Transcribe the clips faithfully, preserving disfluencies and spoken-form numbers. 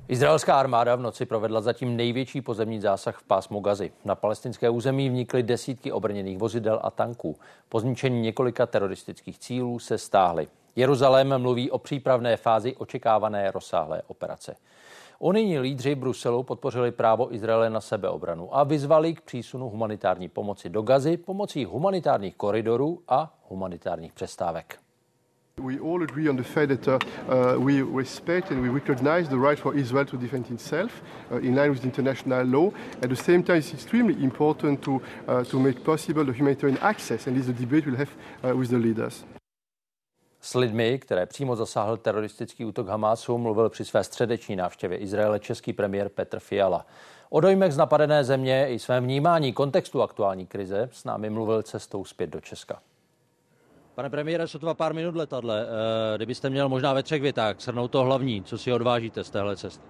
Izraelská armáda v noci provedla zatím největší pozemní zásah v pásmu Gazy. Na palestinské území vnikly desítky obrněných vozidel a tanků. Po zničení několika teroristických cílů se stáhly. Jeruzalém mluví o přípravné fázi očekávané rozsáhlé operace. Unijní lídři Bruselu podpořili právo Izraele na sebeobranu a vyzvali k přísunu humanitární pomoci do Gazy pomocí humanitárních koridorů a humanitárních přestávek. We all agree on the fact that uh, uh, we respect and we recognize the right for Israel to defend itself uh, in line with international law. At the same time, it's extremely important to, uh, to make possible the humanitarian access, and this is a debate we'll have uh, with the leaders. S lidmi, které přímo zasáhl teroristický útok Hamásu, mluvil při své středeční návštěvě Izraele český premiér Petr Fiala. O dojmech z napadené země i svém vnímání kontextu aktuální krize s námi mluvil cestou zpět do Česka. Pane premiére, sotva pár minut letadle. Kdybyste měl možná ve třech větách shrnout to hlavní, co si odvážíte z téhle cesty?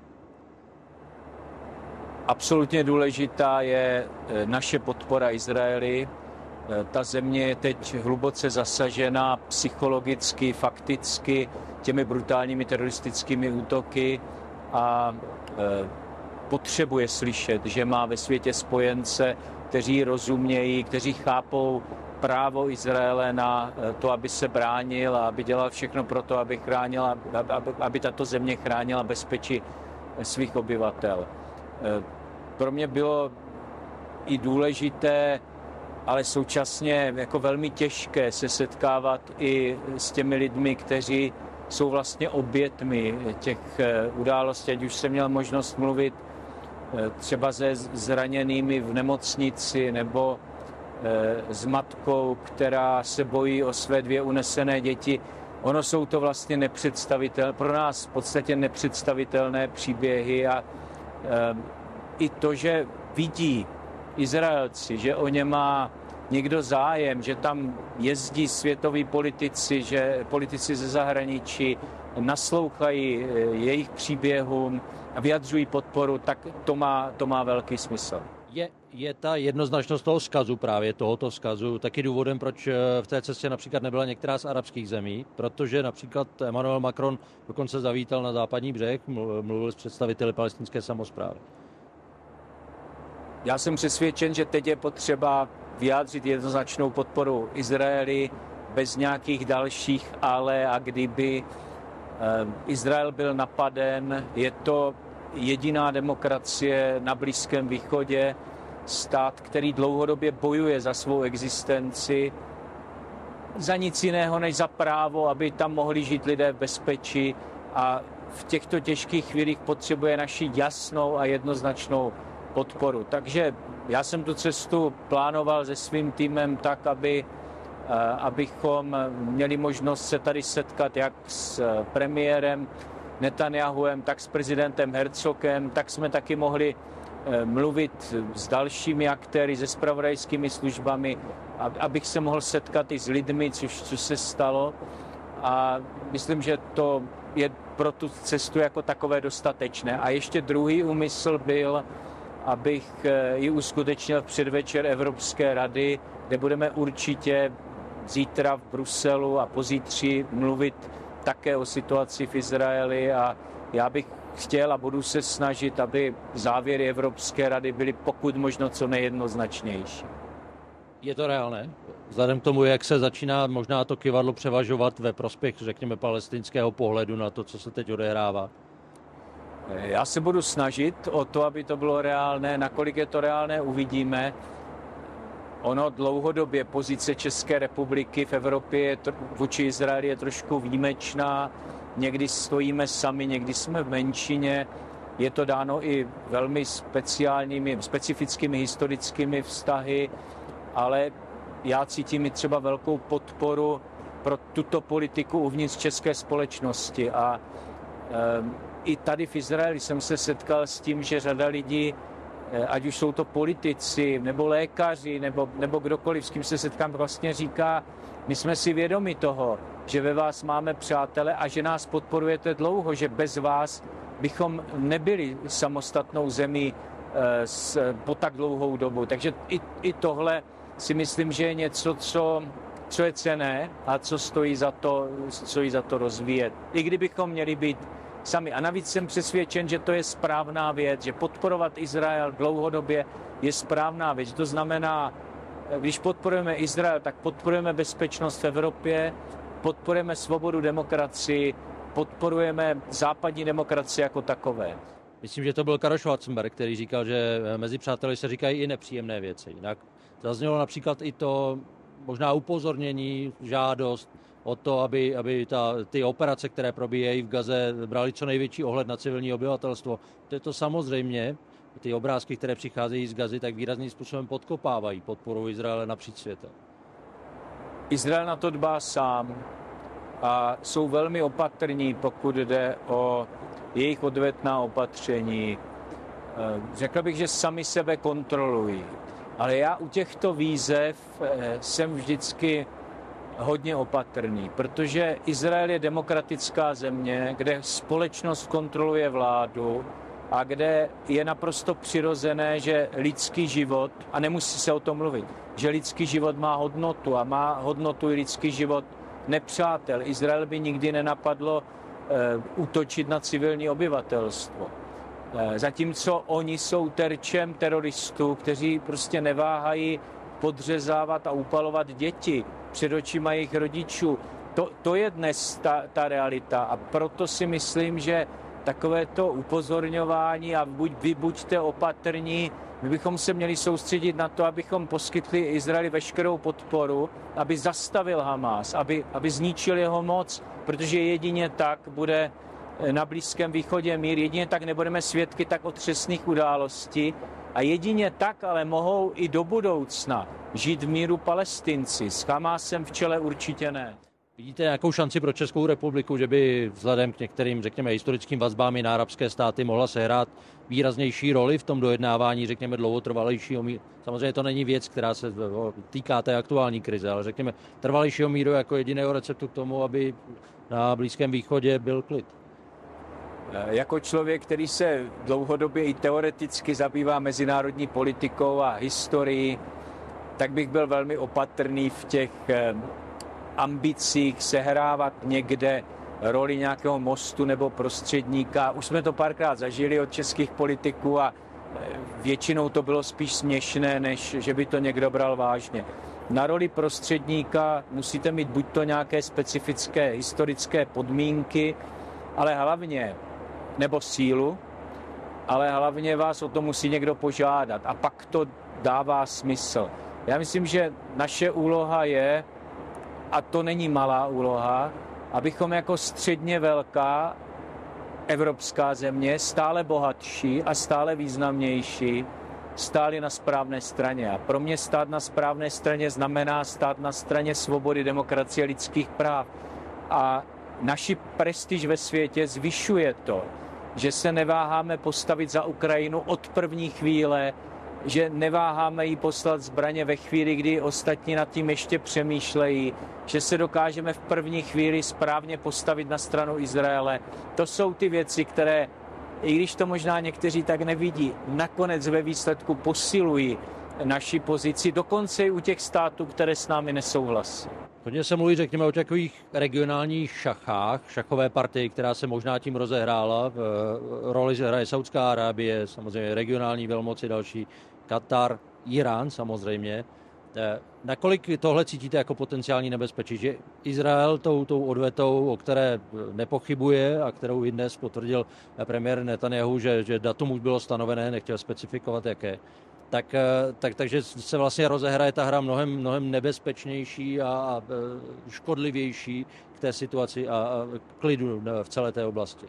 Absolutně důležitá je naše podpora Izraeli. Ta země je teď hluboce zasažena psychologicky, fakticky těmi brutálními teroristickými útoky a potřebuje slyšet, že má ve světě spojence, kteří rozumějí, kteří chápou právo Izraele na to, aby se bránil a aby dělal všechno pro to, aby chránila, aby, aby tato země chránila bezpečí svých obyvatel. Pro mě bylo i důležité, ale současně jako velmi těžké se setkávat i s těmi lidmi, kteří jsou vlastně obětmi těch událostí. Ať už jsem měl možnost mluvit třeba se zraněnými v nemocnici nebo s matkou, která se bojí o své dvě unesené děti. Ono jsou to vlastně nepředstavitelné, pro nás v podstatě nepředstavitelné příběhy a e, i to, že vidí Izraelci, že o ně má někdo zájem, že tam jezdí světoví politici, že politici ze zahraničí naslouchají jejich příběhům a vyjadřují podporu, tak to má, to má velký smysl. Je, je ta jednoznačnost toho vzkazu, právě tohoto vzkazu, taky důvodem, proč v té cestě například nebyla některá z arabských zemí, protože například Emmanuel Macron dokonce zavítal na západní břeh, mluvil s představiteli palestinské samosprávy. Já jsem přesvědčen, že teď je potřeba vyjádřit jednoznačnou podporu Izraeli bez nějakých dalších ale a kdyby. Izrael byl napaden, je to jediná demokracie na Blízkém východě, stát, který dlouhodobě bojuje za svou existenci, za nic jiného než za právo, aby tam mohli žít lidé v bezpečí a v těchto těžkých chvílích potřebuje naši jasnou a jednoznačnou podporu. Takže já jsem tu cestu plánoval se svým týmem tak, aby, abychom měli možnost se tady setkat jak s premiérem Netanyahuem, tak s prezidentem Herzogem, tak jsme taky mohli mluvit s dalšími aktéry, se zpravodajskými službami, abych se mohl setkat i s lidmi, což, což se stalo. A myslím, že to je pro tu cestu jako takové dostatečné. A ještě druhý úmysl byl, abych ji uskutečnil v předvečer Evropské rady, kde budeme určitě zítra v Bruselu a pozítří mluvit také o situaci v Izraeli a já bych chtěl a budu se snažit, aby závěry Evropské rady byly pokud možno co nejjednoznačnější. Je to reálné? Vzhledem k tomu, jak se začíná možná to kyvadlo převažovat ve prospěch, řekněme, palestinského pohledu na to, co se teď odehrává? Já se budu snažit o to, aby to bylo reálné. Nakolik je to reálné, uvidíme. Ono dlouhodobě pozice České republiky v Evropě je tr- vůči Izraeli je trošku výjimečná. Někdy stojíme sami, někdy jsme v menšině. Je to dáno i velmi speciálními, specifickými historickými vztahy, ale já cítím i třeba velkou podporu pro tuto politiku uvnitř české společnosti. A e, i tady v Izraeli jsem se setkal s tím, že řada lidí, ať už jsou to politici, nebo lékaři, nebo, nebo kdokoliv, s kým se setkám, vlastně říká, my jsme si vědomi toho, že ve vás máme přátele a že nás podporujete dlouho, že bez vás bychom nebyli samostatnou zemí e, s, po tak dlouhou dobu. Takže i, i tohle si myslím, že je něco, co, co je cenné a co stojí za to, stojí za to rozvíjet. I kdybychom měli být sami. A navíc jsem přesvědčen, že to je správná věc, že podporovat Izrael dlouhodobě je správná věc. To znamená, když podporujeme Izrael, tak podporujeme bezpečnost v Evropě, podporujeme svobodu, demokracii, podporujeme západní demokracii jako takové. Myslím, že to byl Karel Schwarzenberg, který říkal, že mezi přáteli se říkají i nepříjemné věci. Jinak zaznělo například i to možná upozornění, žádost o to, aby, aby ta, ty operace, které probíhají v Gaze, brali co největší ohled na civilní obyvatelstvo. To je to samozřejmě, ty obrázky, které přicházejí z Gazy, tak výrazným způsobem podkopávají podporu Izraele napříč světem. Izrael na to dbá sám a jsou velmi opatrní, pokud jde o jejich odvetná opatření. Řekl bych, že sami sebe kontrolují. Ale já u těchto výzev jsem vždycky hodně opatrný, protože Izrael je demokratická země, kde společnost kontroluje vládu a kde je naprosto přirozené, že lidský život, a nemusí se o tom mluvit, že lidský život má hodnotu a má hodnotu i lidský život nepřátel. Izrael by nikdy nenapadlo e, útočit na civilní obyvatelstvo. E, zatímco oni jsou terčem teroristů, kteří prostě neváhají podřezávat a upalovat děti před očima jejich rodičů. To, to je dnes ta, ta realita a proto si myslím, že takovéto upozorňování a buď, vy buďte opatrní, my bychom se měli soustředit na to, abychom poskytli Izraeli veškerou podporu, aby zastavil Hamás, aby, aby zničil jeho moc, protože jedině tak bude na Blízkém východě mír, jedině tak nebudeme svědky tak otřesných událostí a jedině tak ale mohou i do budoucna žít v míru Palestinci. S Hamásem v čele určitě ne. Vidíte nějakou šanci pro Českou republiku, že by vzhledem k některým, řekněme, historickým vazbám i na arabské státy mohla sehrát výraznější roli v tom dojednávání, řekněme, dlouhotrvalejšího míru? Samozřejmě to není věc, která se týká té aktuální krize, ale řekněme, trvalejšího míru jako jediného receptu k tomu, aby na Blízkém východě byl klid. Jako člověk, který se dlouhodobě i teoreticky zabývá mezinárodní politikou a historií, tak bych byl velmi opatrný v těch ambicích sehrávat někde roli nějakého mostu nebo prostředníka. Už jsme to párkrát zažili od českých politiků a většinou to bylo spíš směšné, než že by to někdo bral vážně. Na roli prostředníka musíte mít buď to nějaké specifické historické podmínky, ale hlavně, nebo sílu, ale hlavně vás o to musí někdo požádat a pak to dává smysl. Já myslím, že naše úloha je, a to není malá úloha, abychom jako středně velká evropská země, stále bohatší a stále významnější, stáli na správné straně. A pro mě stát na správné straně znamená stát na straně svobody, demokracie, lidských práv. A naši prestiž ve světě zvyšuje to, že se neváháme postavit za Ukrajinu od první chvíle, že neváháme jí poslat zbraně ve chvíli, kdy ostatní nad tím ještě přemýšlejí, že se dokážeme v první chvíli správně postavit na stranu Izraele. To jsou ty věci, které, i když to možná někteří tak nevidí, nakonec ve výsledku posilují naši pozici, dokonce i u těch států, které s námi nesouhlasí. Hodně se mluví, řekněme, o takových regionálních šachách, šachové partii, která se možná tím rozehrála. V roli hraje Saudská Arábie, samozřejmě regionální velmoci další, Katar, Irán samozřejmě. Nakolik tohle cítíte jako potenciální nebezpečí, že Izrael tou, tou odvetou, o které nepochybuje a kterou i dnes potvrdil premiér Netanyahu, že, že datum už bylo stanovené, nechtěl specifikovat jaké, tak, tak, takže se vlastně rozehraje ta hra mnohem, mnohem nebezpečnější a, a škodlivější k té situaci a, a klidu v celé té oblasti.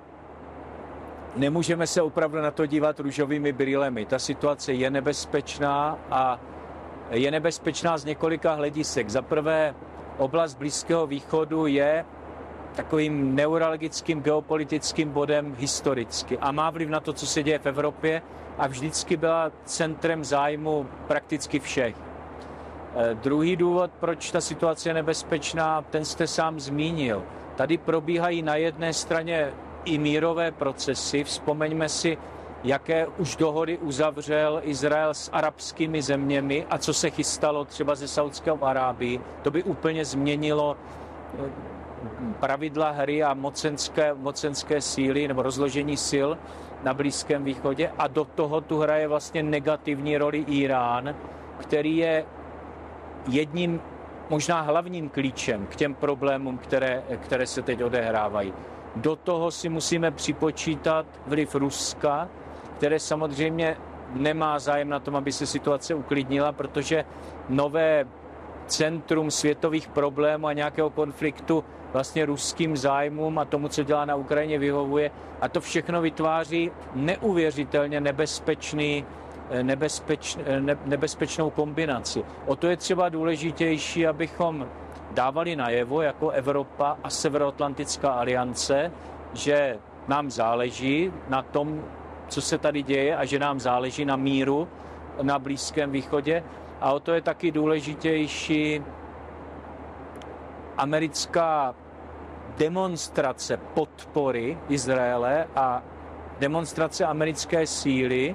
Nemůžeme se opravdu na to dívat růžovými brýlemi. Ta situace je nebezpečná a je nebezpečná z několika hledisek. Za prvé, oblast Blízkého východu je takovým neuralgickým geopolitickým bodem historicky a má vliv na to, co se děje v Evropě a vždycky byla centrem zájmu prakticky všech. E, druhý důvod, proč ta situace je nebezpečná, ten jste sám zmínil. Tady probíhají na jedné straně i mírové procesy. Vzpomeňme si, jaké už dohody uzavřel Izrael s arabskými zeměmi a co se chystalo třeba ze Saudskou Arábií. To by úplně změnilo pravidla hry a mocenské, mocenské síly nebo rozložení sil na Blízkém východě a do toho tu hraje vlastně negativní roli Irán, který je jedním, možná hlavním klíčem k těm problémům, které, které se teď odehrávají. Do toho si musíme připočítat vliv Ruska, které samozřejmě nemá zájem na tom, aby se situace uklidnila, protože nové centrum světových problémů a nějakého konfliktu vlastně ruským zájmům a tomu, co dělá na Ukrajině, vyhovuje. A to všechno vytváří neuvěřitelně nebezpečný, nebezpeč, ne, nebezpečnou kombinaci. O to je třeba důležitější, abychom dávali najevo jako Evropa a Severoatlantická aliance, že nám záleží na tom, co se tady děje a že nám záleží na míru na Blízkém východě. A o to je taky důležitější americká demonstrace podpory Izraele a demonstrace americké síly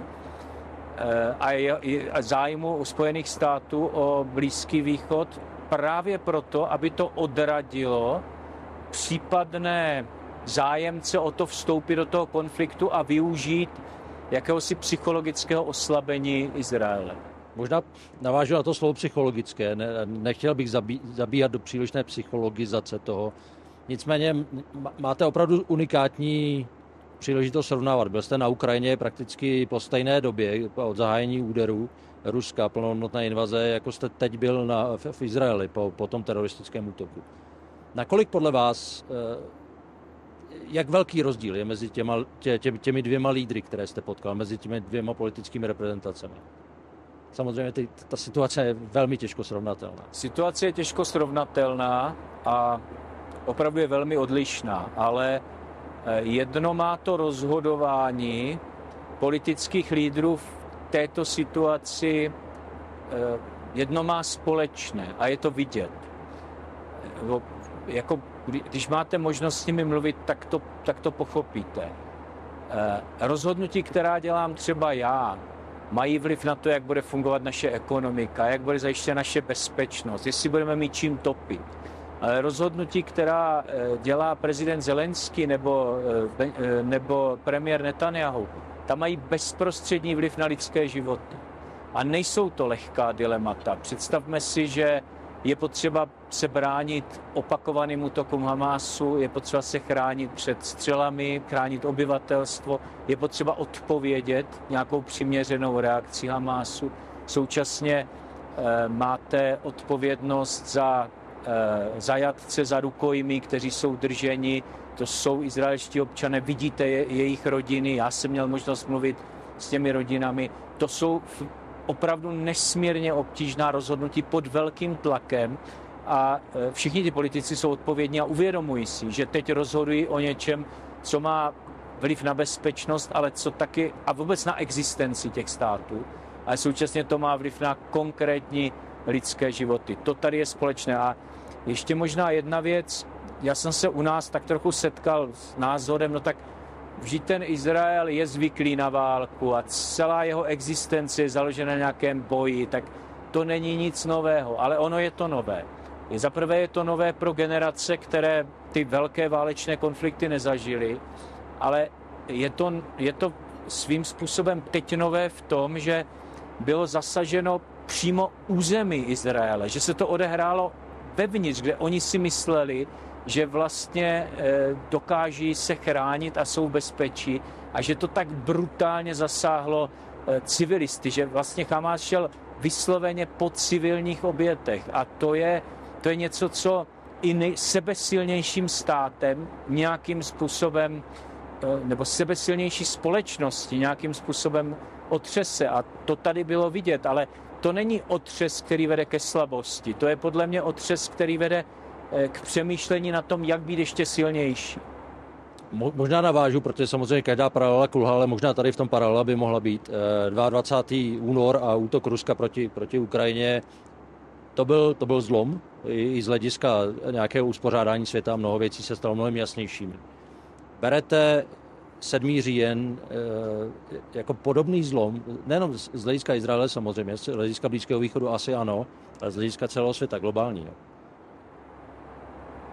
a zájmu Spojených států o Blízký východ právě proto, aby to odradilo případné zájemce o to vstoupit do toho konfliktu a využít jakéhosi psychologického oslabení Izraele. Možná navážu na to slovo psychologické. Ne, nechtěl bych zabí, zabíhat do přílišné psychologizace toho. Nicméně máte opravdu unikátní příležitost srovnávat. Byl jste na Ukrajině prakticky po stejné době od zahájení úderu Ruska, plnohodnotné invaze, jako jste teď byl na, v, v Izraeli po, po tom teroristickém útoku. Nakolik podle vás, jak velký rozdíl je mezi těma, tě, tě, těmi dvěma lídry, které jste potkal, mezi těmi dvěma politickými reprezentacemi? Samozřejmě ty, ta situace je velmi těžko srovnatelná. Situace je těžko srovnatelná a opravdu je velmi odlišná, ale jedno má to rozhodování politických lídrů v této situaci, jedno má společné a je to vidět. Jako, když máte možnost s nimi mluvit, tak to, tak to pochopíte. Rozhodnutí, která dělám třeba já, mají vliv na to, jak bude fungovat naše ekonomika, jak bude zajištěna naše bezpečnost, jestli budeme mít čím topit. Ale rozhodnutí, která dělá prezident Zelenský nebo, nebo premiér Netanyahu, tam mají bezprostřední vliv na lidské životy. A nejsou to lehká dilemata. Představme si, že je potřeba se bránit opakovaným útokům Hamásu, je potřeba se chránit před střelami, chránit obyvatelstvo, je potřeba odpovědět nějakou přiměřenou reakcí Hamásu. Současně e, máte odpovědnost za e, zajatce, za rukojmí, kteří jsou drženi. To jsou izraelští občané, vidíte je, jejich rodiny, já jsem měl možnost mluvit s těmi rodinami. To jsou opravdu nesmírně obtížná rozhodnutí pod velkým tlakem a všichni ti politici jsou odpovědní a uvědomují si, že teď rozhodují o něčem, co má vliv na bezpečnost, ale co taky a vůbec na existenci těch států, ale současně to má vliv na konkrétní lidské životy. To tady je společné. A ještě možná jedna věc, já jsem se u nás tak trochu setkal s názorem, no tak vždyť ten Izrael je zvyklý na válku a celá jeho existence je založena na nějakém boji, tak to není nic nového, ale ono je to nové. Zaprvé je to nové pro generace, které ty velké válečné konflikty nezažily, ale je to, je to svým způsobem teď nové v tom, že bylo zasaženo přímo území Izraele, že se to odehrálo vevnitř, kde oni si mysleli, že vlastně dokáží se chránit a jsou v bezpečí a že to tak brutálně zasáhlo civilisty, že vlastně Hamás šel vysloveně po civilních obětech a to je, to je něco, co i nej, sebesilnějším státem nějakým způsobem nebo sebesilnější společnosti nějakým způsobem otřese a to tady bylo vidět, ale to není otřes, který vede ke slabosti, to je podle mě otřes, který vede k přemýšlení na tom, jak být ještě silnější. Možná navážu, protože samozřejmě každá paralela kulhá, ale možná tady v tom paralela by mohla být. dvacátého druhého únor a útok Ruska proti, proti Ukrajině, to byl, to byl zlom. I z hlediska nějakého uspořádání světa mnoho věcí se stalo mnohem jasnějšími. Berete sedmý říjen jako podobný zlom, nejenom z hlediska Izraele samozřejmě, z hlediska Blízkého východu asi ano, ale z hlediska celého světa globálního.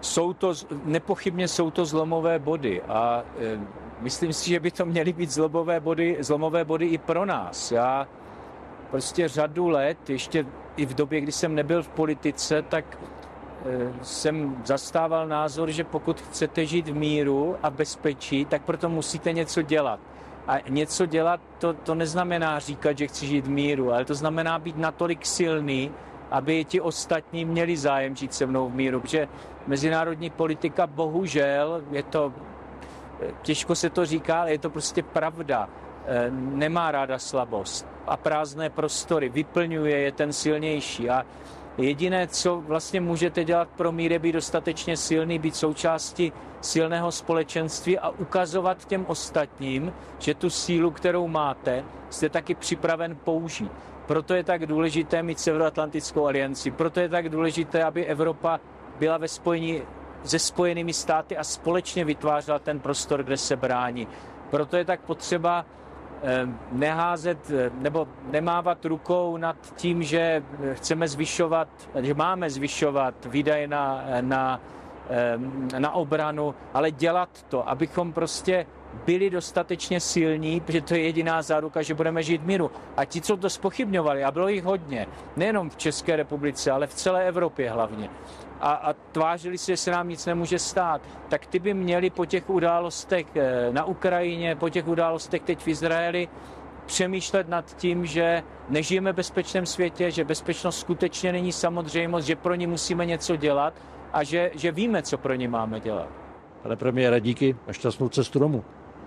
jsou to, nepochybně jsou to zlomové body a e, myslím si, že by to měly být zlomové body, zlomové body i pro nás. Já prostě řadu let, ještě i v době, kdy jsem nebyl v politice, tak e, jsem zastával názor, že pokud chcete žít v míru a bezpečí, tak proto musíte něco dělat. A něco dělat, to, to neznamená říkat, že chci žít v míru, ale to znamená být natolik silný, aby ti ostatní měli zájem žít se mnou v míru, protože mezinárodní politika bohužel, je to, těžko se to říká, ale je to prostě pravda, nemá ráda slabost a prázdné prostory, vyplňuje je ten silnější a jediné, co vlastně můžete dělat pro mír, je být dostatečně silný, být součástí silného společenství a ukazovat těm ostatním, že tu sílu, kterou máte, jste taky připraven použít. Proto je tak důležité mít Severoatlantickou alianci, proto je tak důležité, aby Evropa byla ve spojení se Spojenými státy a společně vytvářela ten prostor, kde se brání. Proto je tak potřeba neházet nebo nemávat rukou nad tím, že chceme zvyšovat, že máme zvyšovat výdaje na, na, na obranu, ale dělat to, abychom prostě byli dostatečně silní, protože to je jediná záruka, že budeme žít v míru. A ti, co to zpochybňovali, a bylo jich hodně, nejenom v České republice, ale v celé Evropě hlavně, a, a tvářili si, že se nám nic nemůže stát, tak ty by měli po těch událostech na Ukrajině, po těch událostech teď v Izraeli přemýšlet nad tím, že nežijeme v bezpečném světě, že bezpečnost skutečně není samozřejmost, že pro ní musíme něco dělat a že, že víme, co pro ní máme dělat. Pane premiére, díky a šťastnou cestu domů.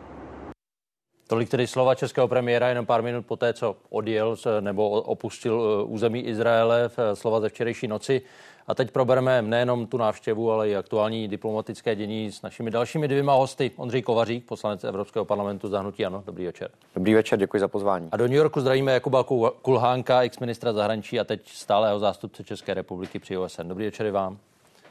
Tolik tedy slova českého premiéra jenom pár minut poté, co odjel nebo opustil území Izraele, slova ze včerejší noci. A teď probereme nejenom tu návštěvu, ale i aktuální diplomatické dění s našimi dalšími dvěma hosty. Ondřej Kovařík, poslanec Evropského parlamentu za hnutí ANO. Dobrý večer. Dobrý večer, děkuji za pozvání. A do New Yorku zdravíme Jakuba Kulhánka, ex-ministra zahraničí a teď stálého zástupce České republiky při O S N. Dobrý večer i vám.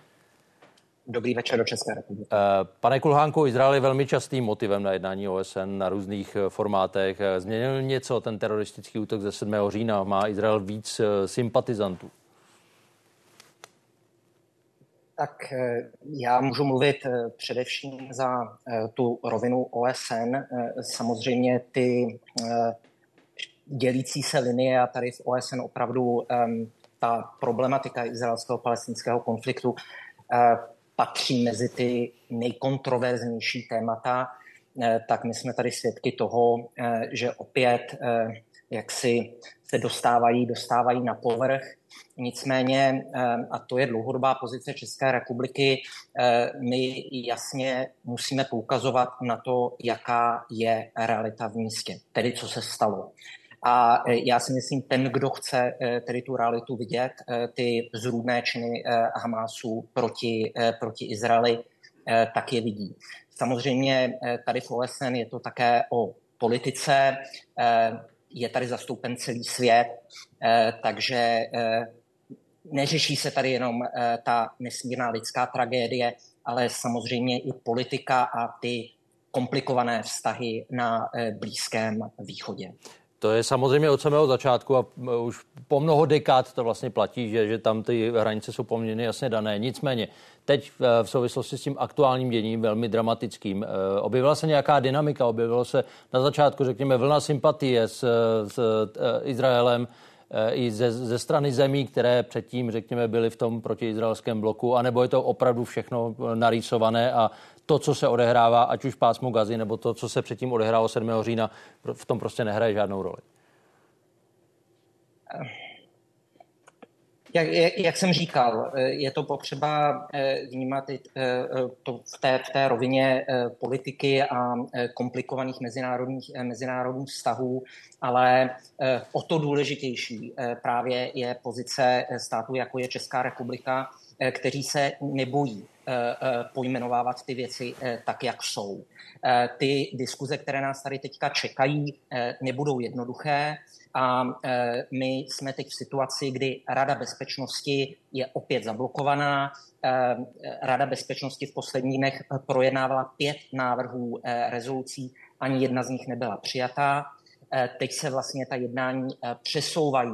Dobrý večer do České republiky. Pane Kulhánku, Izrael je velmi častým motivem na jednání O S N na různých formátech. Změnil něco ten teroristický útok ze sedmého října? Má Izrael víc sympatizantů? Tak já můžu mluvit především za tu rovinu O S N. Samozřejmě ty dělící se linie a tady v O S N opravdu ta problematika izraelského-palestinského konfliktu patří mezi ty nejkontroverznější témata, tak my jsme tady svědky toho, že opět jak si se dostávají, dostávají na povrch. Nicméně, a to je dlouhodobá pozice České republiky, my jasně musíme poukazovat na to, jaká je realita v místě, tedy co se stalo. A já si myslím, ten, kdo chce tedy tu realitu vidět, ty zrůdné činy Hamásu proti, proti Izraeli, tak je vidí. Samozřejmě tady v O S N je to také o politice, je tady zastoupen celý svět, takže neřeší se tady jenom ta nesmírná lidská tragédie, ale samozřejmě i politika a ty komplikované vztahy na Blízkém východě. To je samozřejmě od samého začátku a už po mnoho dekád to vlastně platí, že, že tam ty hranice jsou poměrně jasně dané. Nicméně teď v souvislosti s tím aktuálním děním, velmi dramatickým, objevila se nějaká dynamika, objevilo se na začátku, řekněme, vlna sympatie s, s Izraelem i ze, ze strany zemí, které předtím, řekněme, byly v tom protiizraelském bloku, anebo je to opravdu všechno narýsované a to, co se odehrává, ať už pásmo Gazy, nebo to, co se předtím odehrálo sedmého října, v tom prostě nehraje žádnou roli. Jak, jak jsem říkal, je to potřeba vnímat to v té, v té rovině politiky a komplikovaných mezinárodních, mezinárodních vztahů, ale o to důležitější právě je pozice států, jako je Česká republika, kteří se nebojí pojmenovávat ty věci tak, jak jsou. Ty diskuze, které nás tady teďka čekají, nebudou jednoduché a my jsme teď v situaci, kdy Rada bezpečnosti je opět zablokovaná. Rada bezpečnosti v posledních dnech projednávala pět návrhů rezolucí, ani jedna z nich nebyla přijatá. Teď se vlastně ta jednání přesouvají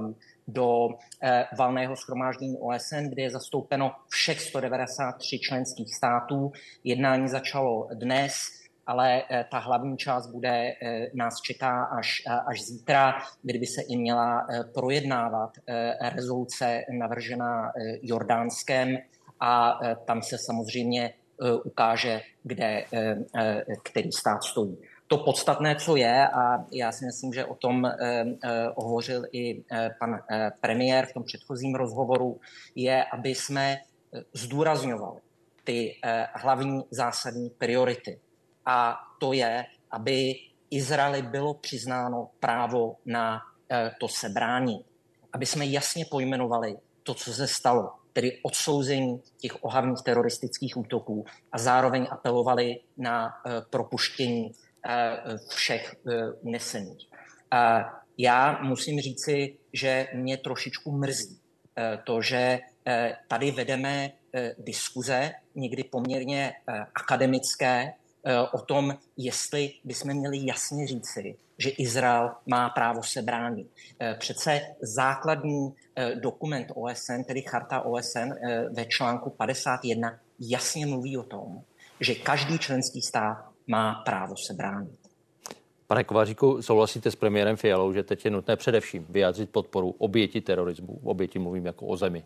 do valného shromáždění O S N, kde je zastoupeno všech sto devadesát tři členských států. Jednání začalo dnes, ale ta hlavní část bude, nás čeká až, až zítra, kdy by se i měla projednávat rezoluce navržená Jordánskem a tam se samozřejmě ukáže, kde který stát stojí. To podstatné, co je, a já si myslím, že o tom eh, eh, hovořil i eh, pan eh, premiér v tom předchozím rozhovoru, je, aby jsme zdůrazňovali ty eh, hlavní zásadní priority. A to je, aby Izraeli bylo přiznáno právo na eh, to se bránit. Aby jsme jasně pojmenovali to, co se stalo, tedy odsouzení těch ohavných teroristických útoků a zároveň apelovali na eh, propuštění všech unesených. Já musím říci, že mě trošičku mrzí to, že tady vedeme diskuze, někdy poměrně akademické, o tom, jestli bychom měli jasně říci, že Izrael má právo se bránit. Přece základní dokument O S N, tedy Charta O S N ve článku padesát jedna jasně mluví o tom, že každý členský stát má právo se bránit. Pane Kováříku, souhlasíte s premiérem Fialou, že teď je nutné především vyjádřit podporu oběti terorismu? Oběti mluvím jako o zemi.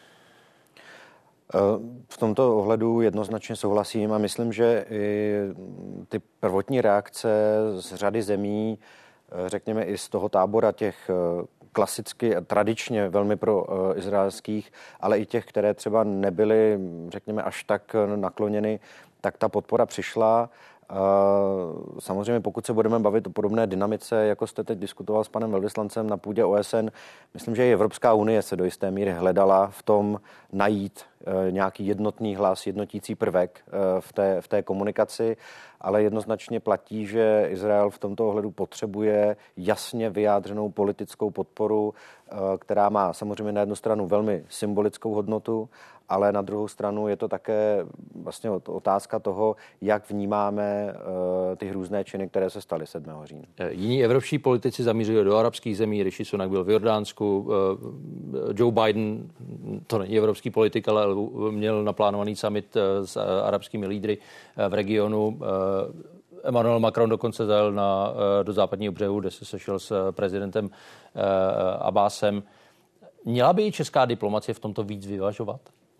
V tomto ohledu jednoznačně souhlasím a myslím, že i ty prvotní reakce z řady zemí, řekněme i z toho tábora těch klasicky, tradičně velmi pro izraelských, ale i těch, které třeba nebyly, řekněme, až tak nakloněny, tak ta podpora přišla. Samozřejmě, pokud se budeme bavit o podobné dynamice, jako jste teď diskutoval s panem velvyslancem na půdě O S N, myslím, že i Evropská unie se do jisté míry hledala v tom najít nějaký jednotný hlas, jednotící prvek v té, v té komunikaci, ale jednoznačně platí, že Izrael v tomto ohledu potřebuje jasně vyjádřenou politickou podporu, která má samozřejmě na jednu stranu velmi symbolickou hodnotu, ale na druhou stranu je to také vlastně otázka toho, jak vnímáme uh, ty různé činy, které se staly sedmého října. Jiní evropští politici zamířili do arabských zemí, Rishi Sunak byl v Jordánsku, uh, Joe Biden, to není evropský politik, ale měl naplánovaný summit s arabskými lídry v regionu. Emmanuel Macron dokonce zajel na, do západního břehu, kde se sešel s prezidentem Abbasem. Měla by i česká diplomacie v tomto víc vyvažovat?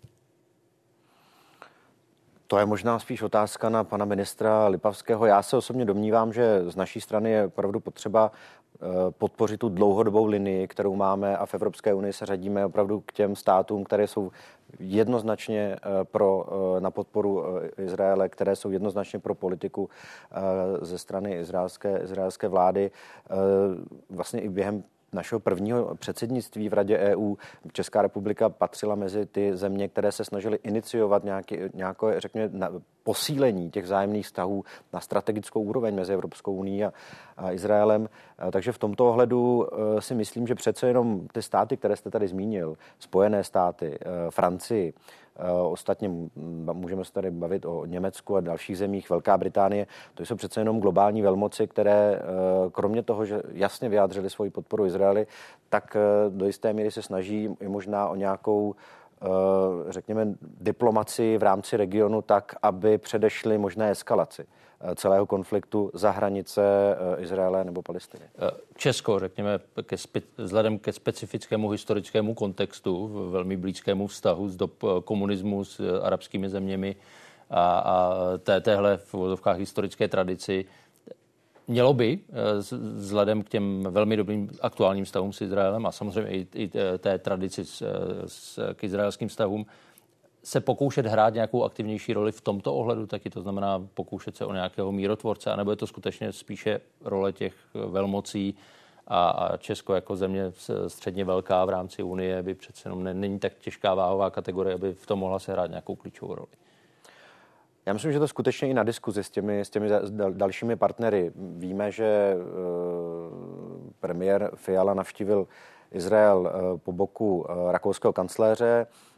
To je možná spíš otázka na pana ministra Lipavského. Já se osobně domnívám, že z naší strany je opravdu potřeba podpořit tu dlouhodobou linii, kterou máme, a v Evropské unii se řadíme opravdu k těm státům, které jsou jednoznačně pro, na podporu Izraele, které jsou jednoznačně pro politiku ze strany izraelské, izraelské vlády. Vlastně i během našeho prvního předsednictví v Radě E U Česká republika patřila mezi ty země, které se snažily iniciovat nějaký, nějaké, řekněme, posílení těch vzájemných vztahů na strategickou úroveň mezi Evropskou unií a, a Izraelem. Takže v tomto ohledu si myslím, že přece jenom ty státy, které jste tady zmínil, Spojené státy, Francii, ostatně můžeme se tady bavit o Německu a dalších zemích, Velká Británie, to jsou přece jenom globální velmoci, které kromě toho, že jasně vyjádřili svoji podporu Izraeli, tak do jisté míry se snaží i možná o nějakou, řekněme, diplomaci v rámci regionu tak, aby předešli možné eskalaci celého konfliktu za hranice Izraele nebo Palestiny. Česko, řekněme, ke spe, vzhledem ke specifickému historickému kontextu, velmi blízkému vztahu z dob komunismu s arabskými zeměmi a, a té, téhle v uvozovkách historické tradici, mělo by vzhledem k těm velmi dobrým aktuálním vztahům s Izraelem a samozřejmě i, i té tradici s, s, k izraelským vztahům se pokoušet hrát nějakou aktivnější roli v tomto ohledu, taky to znamená pokoušet se o nějakého mírotvorce, anebo je to skutečně spíše role těch velmocí a, a Česko jako země středně velká v rámci Unie by přece jenom ne, není tak těžká váhová kategorie, aby v tom mohla se hrát nějakou klíčovou roli. Já myslím, že to skutečně i na diskuzi s těmi, s těmi dalšími partnery. Víme, že uh, premiér Fiala navštívil Izrael uh, po boku uh, rakouského kancléře.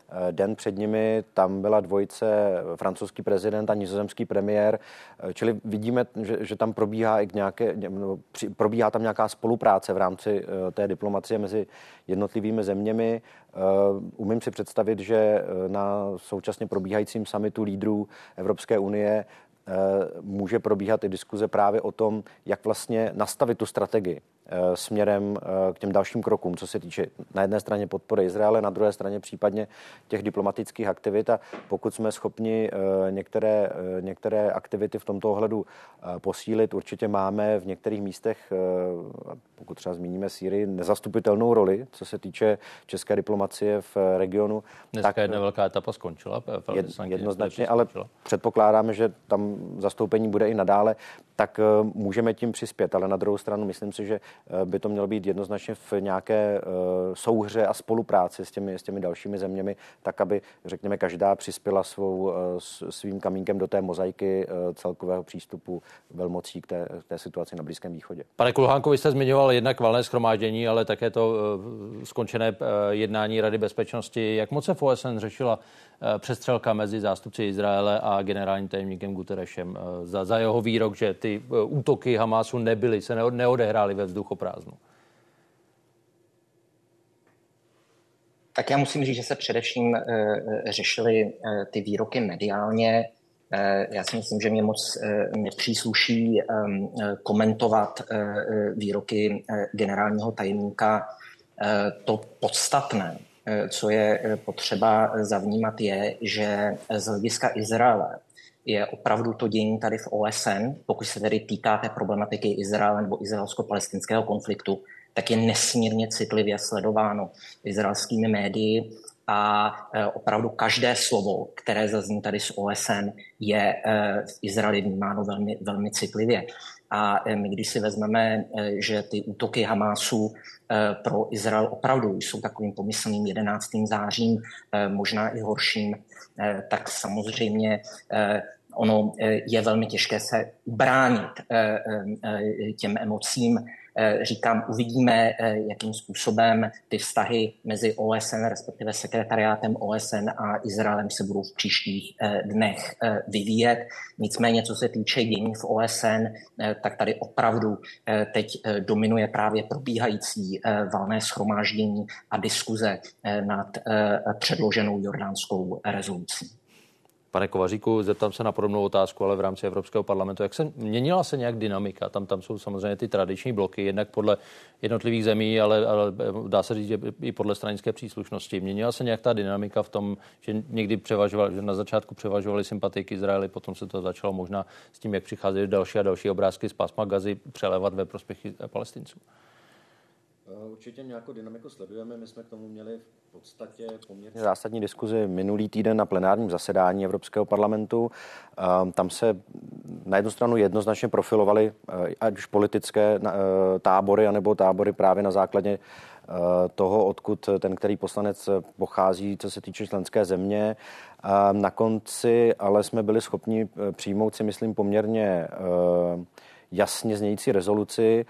Den před nimi tam byla dvojice, francouzský prezident a nizozemský premiér, čili vidíme, že, že tam probíhá i nějaké, probíhá tam nějaká spolupráce v rámci té diplomacie mezi jednotlivými zeměmi. Umím si představit, že na současně probíhajícím summitu lídrů Evropské unie může probíhat i diskuze právě o tom, jak vlastně nastavit tu strategii směrem k těm dalším krokům, co se týče na jedné straně podpory Izraele, na druhé straně případně těch diplomatických aktivit. A pokud jsme schopni některé, některé aktivity v tomto ohledu posílit, určitě máme v některých místech, pokud třeba zmíníme Sýrii, nezastupitelnou roli, co se týče české diplomacie v regionu. Dneska tak jedna velká etapa skončila. Jed, jednoznačně, ale předpokládáme, že tam zastoupení bude i nadále, tak můžeme tím přispět. Ale na druhou stranu myslím si, že by to mělo být jednoznačně v nějaké souhře a spolupráci s těmi, s těmi dalšími zeměmi, tak aby, řekněme, každá přispěla svou, svým kamínkem do té mozaiky celkového přístupu velmocí k té, k té situaci na Blízkém východě. Pane Kulhánko, vy jste zmiňoval jednak valné shromáždění, ale také to skončené jednání Rady bezpečnosti. Jak moc se v O S N řešila přestřelka mezi zástupci Izraele a generálním tajemníkem Guterešem za, za jeho výrok, že ty útoky Hamásu nebyly, se neodehrály ve vzduchoprázdnu? Tak já musím říct, že se především uh, řešily uh, ty výroky mediálně. Uh, já si myslím, že mě moc uh, nepřísluší um, komentovat uh, výroky uh, generálního tajemníka. Uh, to podstatné, uh, co je potřeba zavnímat, je, že z hlediska Izraele je opravdu to dění tady v O S N, pokud se tedy týká té problematiky Izraele nebo izraelsko-palestinského konfliktu, tak je nesmírně citlivě sledováno izraelskými médii a opravdu každé slovo, které zazní tady z O S N, je v Izraeli vnímáno velmi, velmi citlivě. A my, když si vezmeme, že ty útoky Hamásu pro Izrael opravdu jsou takovým pomyslným jedenáctým zářím, možná i horším, tak samozřejmě ono je velmi těžké se ubránit těm emocím. Říkám, uvidíme, jakým způsobem ty vztahy mezi O S N, respektive sekretariátem O S N a Izraelem se budou v příštích dnech vyvíjet. Nicméně, co se týče dění v O S N, tak tady opravdu teď dominuje právě probíhající valné shromáždění a diskuze nad předloženou jordánskou rezolucí. Pane Kovaříku, zeptám se na podobnou otázku, ale v rámci Evropského parlamentu. Jak se měnila se nějak dynamika? Tam, tam jsou samozřejmě ty tradiční bloky, jednak podle jednotlivých zemí, ale, ale dá se říct, že i podle stranické příslušnosti. Měnila se nějak ta dynamika v tom, že někdy převažoval, že na začátku převažovaly sympatie k Izraeli, potom se to začalo možná s tím, jak přicházely další a další obrázky z pásma Gazy, přelévat ve prospěch Palestinců? Určitě nějakou dynamiku sledujeme. My jsme k tomu měli v podstatě poměrně zásadní diskuzi minulý týden na plenárním zasedání Evropského parlamentu. Tam se na jednu stranu jednoznačně profilovaly ať už politické tábory, anebo tábory právě na základě toho, odkud ten, který poslanec pochází, co se týče členské země. Na konci ale jsme byli schopni přijmout, si myslím, poměrně jasně znějící rezoluci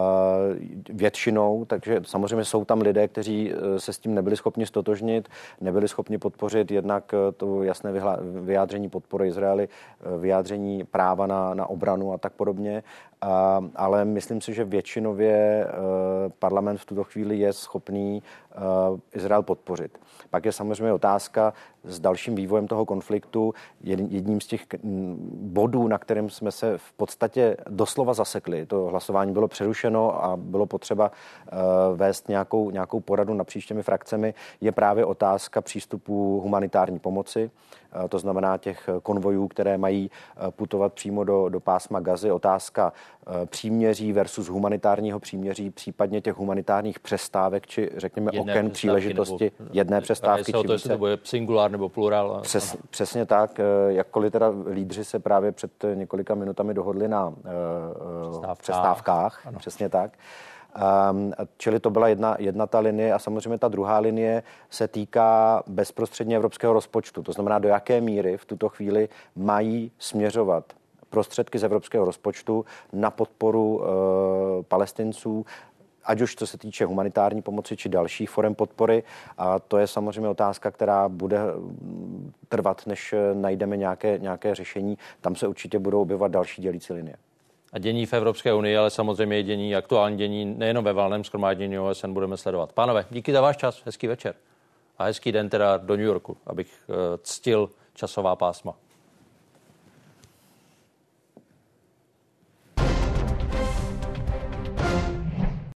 většinou, takže samozřejmě jsou tam lidé, kteří se s tím nebyli schopni stotožnit, nebyli schopni podpořit jednak to jasné vyjádření podpory Izraeli, vyjádření práva na, na obranu a tak podobně, a, ale myslím si, že většinově parlament v tuto chvíli je schopný Izrael podpořit. Pak je samozřejmě otázka s dalším vývojem toho konfliktu. Jedním z těch bodů, na kterém jsme se v podstatě doslova zasekli, to hlasování bylo přerušeno a bylo potřeba vést nějakou, nějakou poradu napříč těmi frakcemi, je právě otázka přístupu humanitární pomoci. To znamená těch konvojů, které mají putovat přímo do, do pásma Gazy. Otázka příměří versus humanitárního příměří, případně těch humanitárních přestávek, či řekněme jedné oken příležitosti, jedné přestávky. Či to, to bude singular nebo plurál. Přes, přesně tak, jakkoliv teda lídři se právě před několika minutami dohodli na přestávkách. přestávkách přesně tak. Um, čili to byla jedna, jedna ta linie a samozřejmě ta druhá linie se týká bezprostředně evropského rozpočtu. To znamená, do jaké míry v tuto chvíli mají směřovat prostředky z evropského rozpočtu na podporu uh, Palestinců ať už co se týče humanitární pomoci či dalších forem podpory. A to je samozřejmě otázka, která bude trvat, než najdeme nějaké, nějaké řešení. Tam se určitě budou objevovat další dělící linie. A dění v Evropské unii, ale samozřejmě dění, aktuální dění nejenom ve valném shromáždění O S N budeme sledovat. Pánové, díky za váš čas, hezký večer a hezký den teda do New Yorku, abych ctil časová pásma.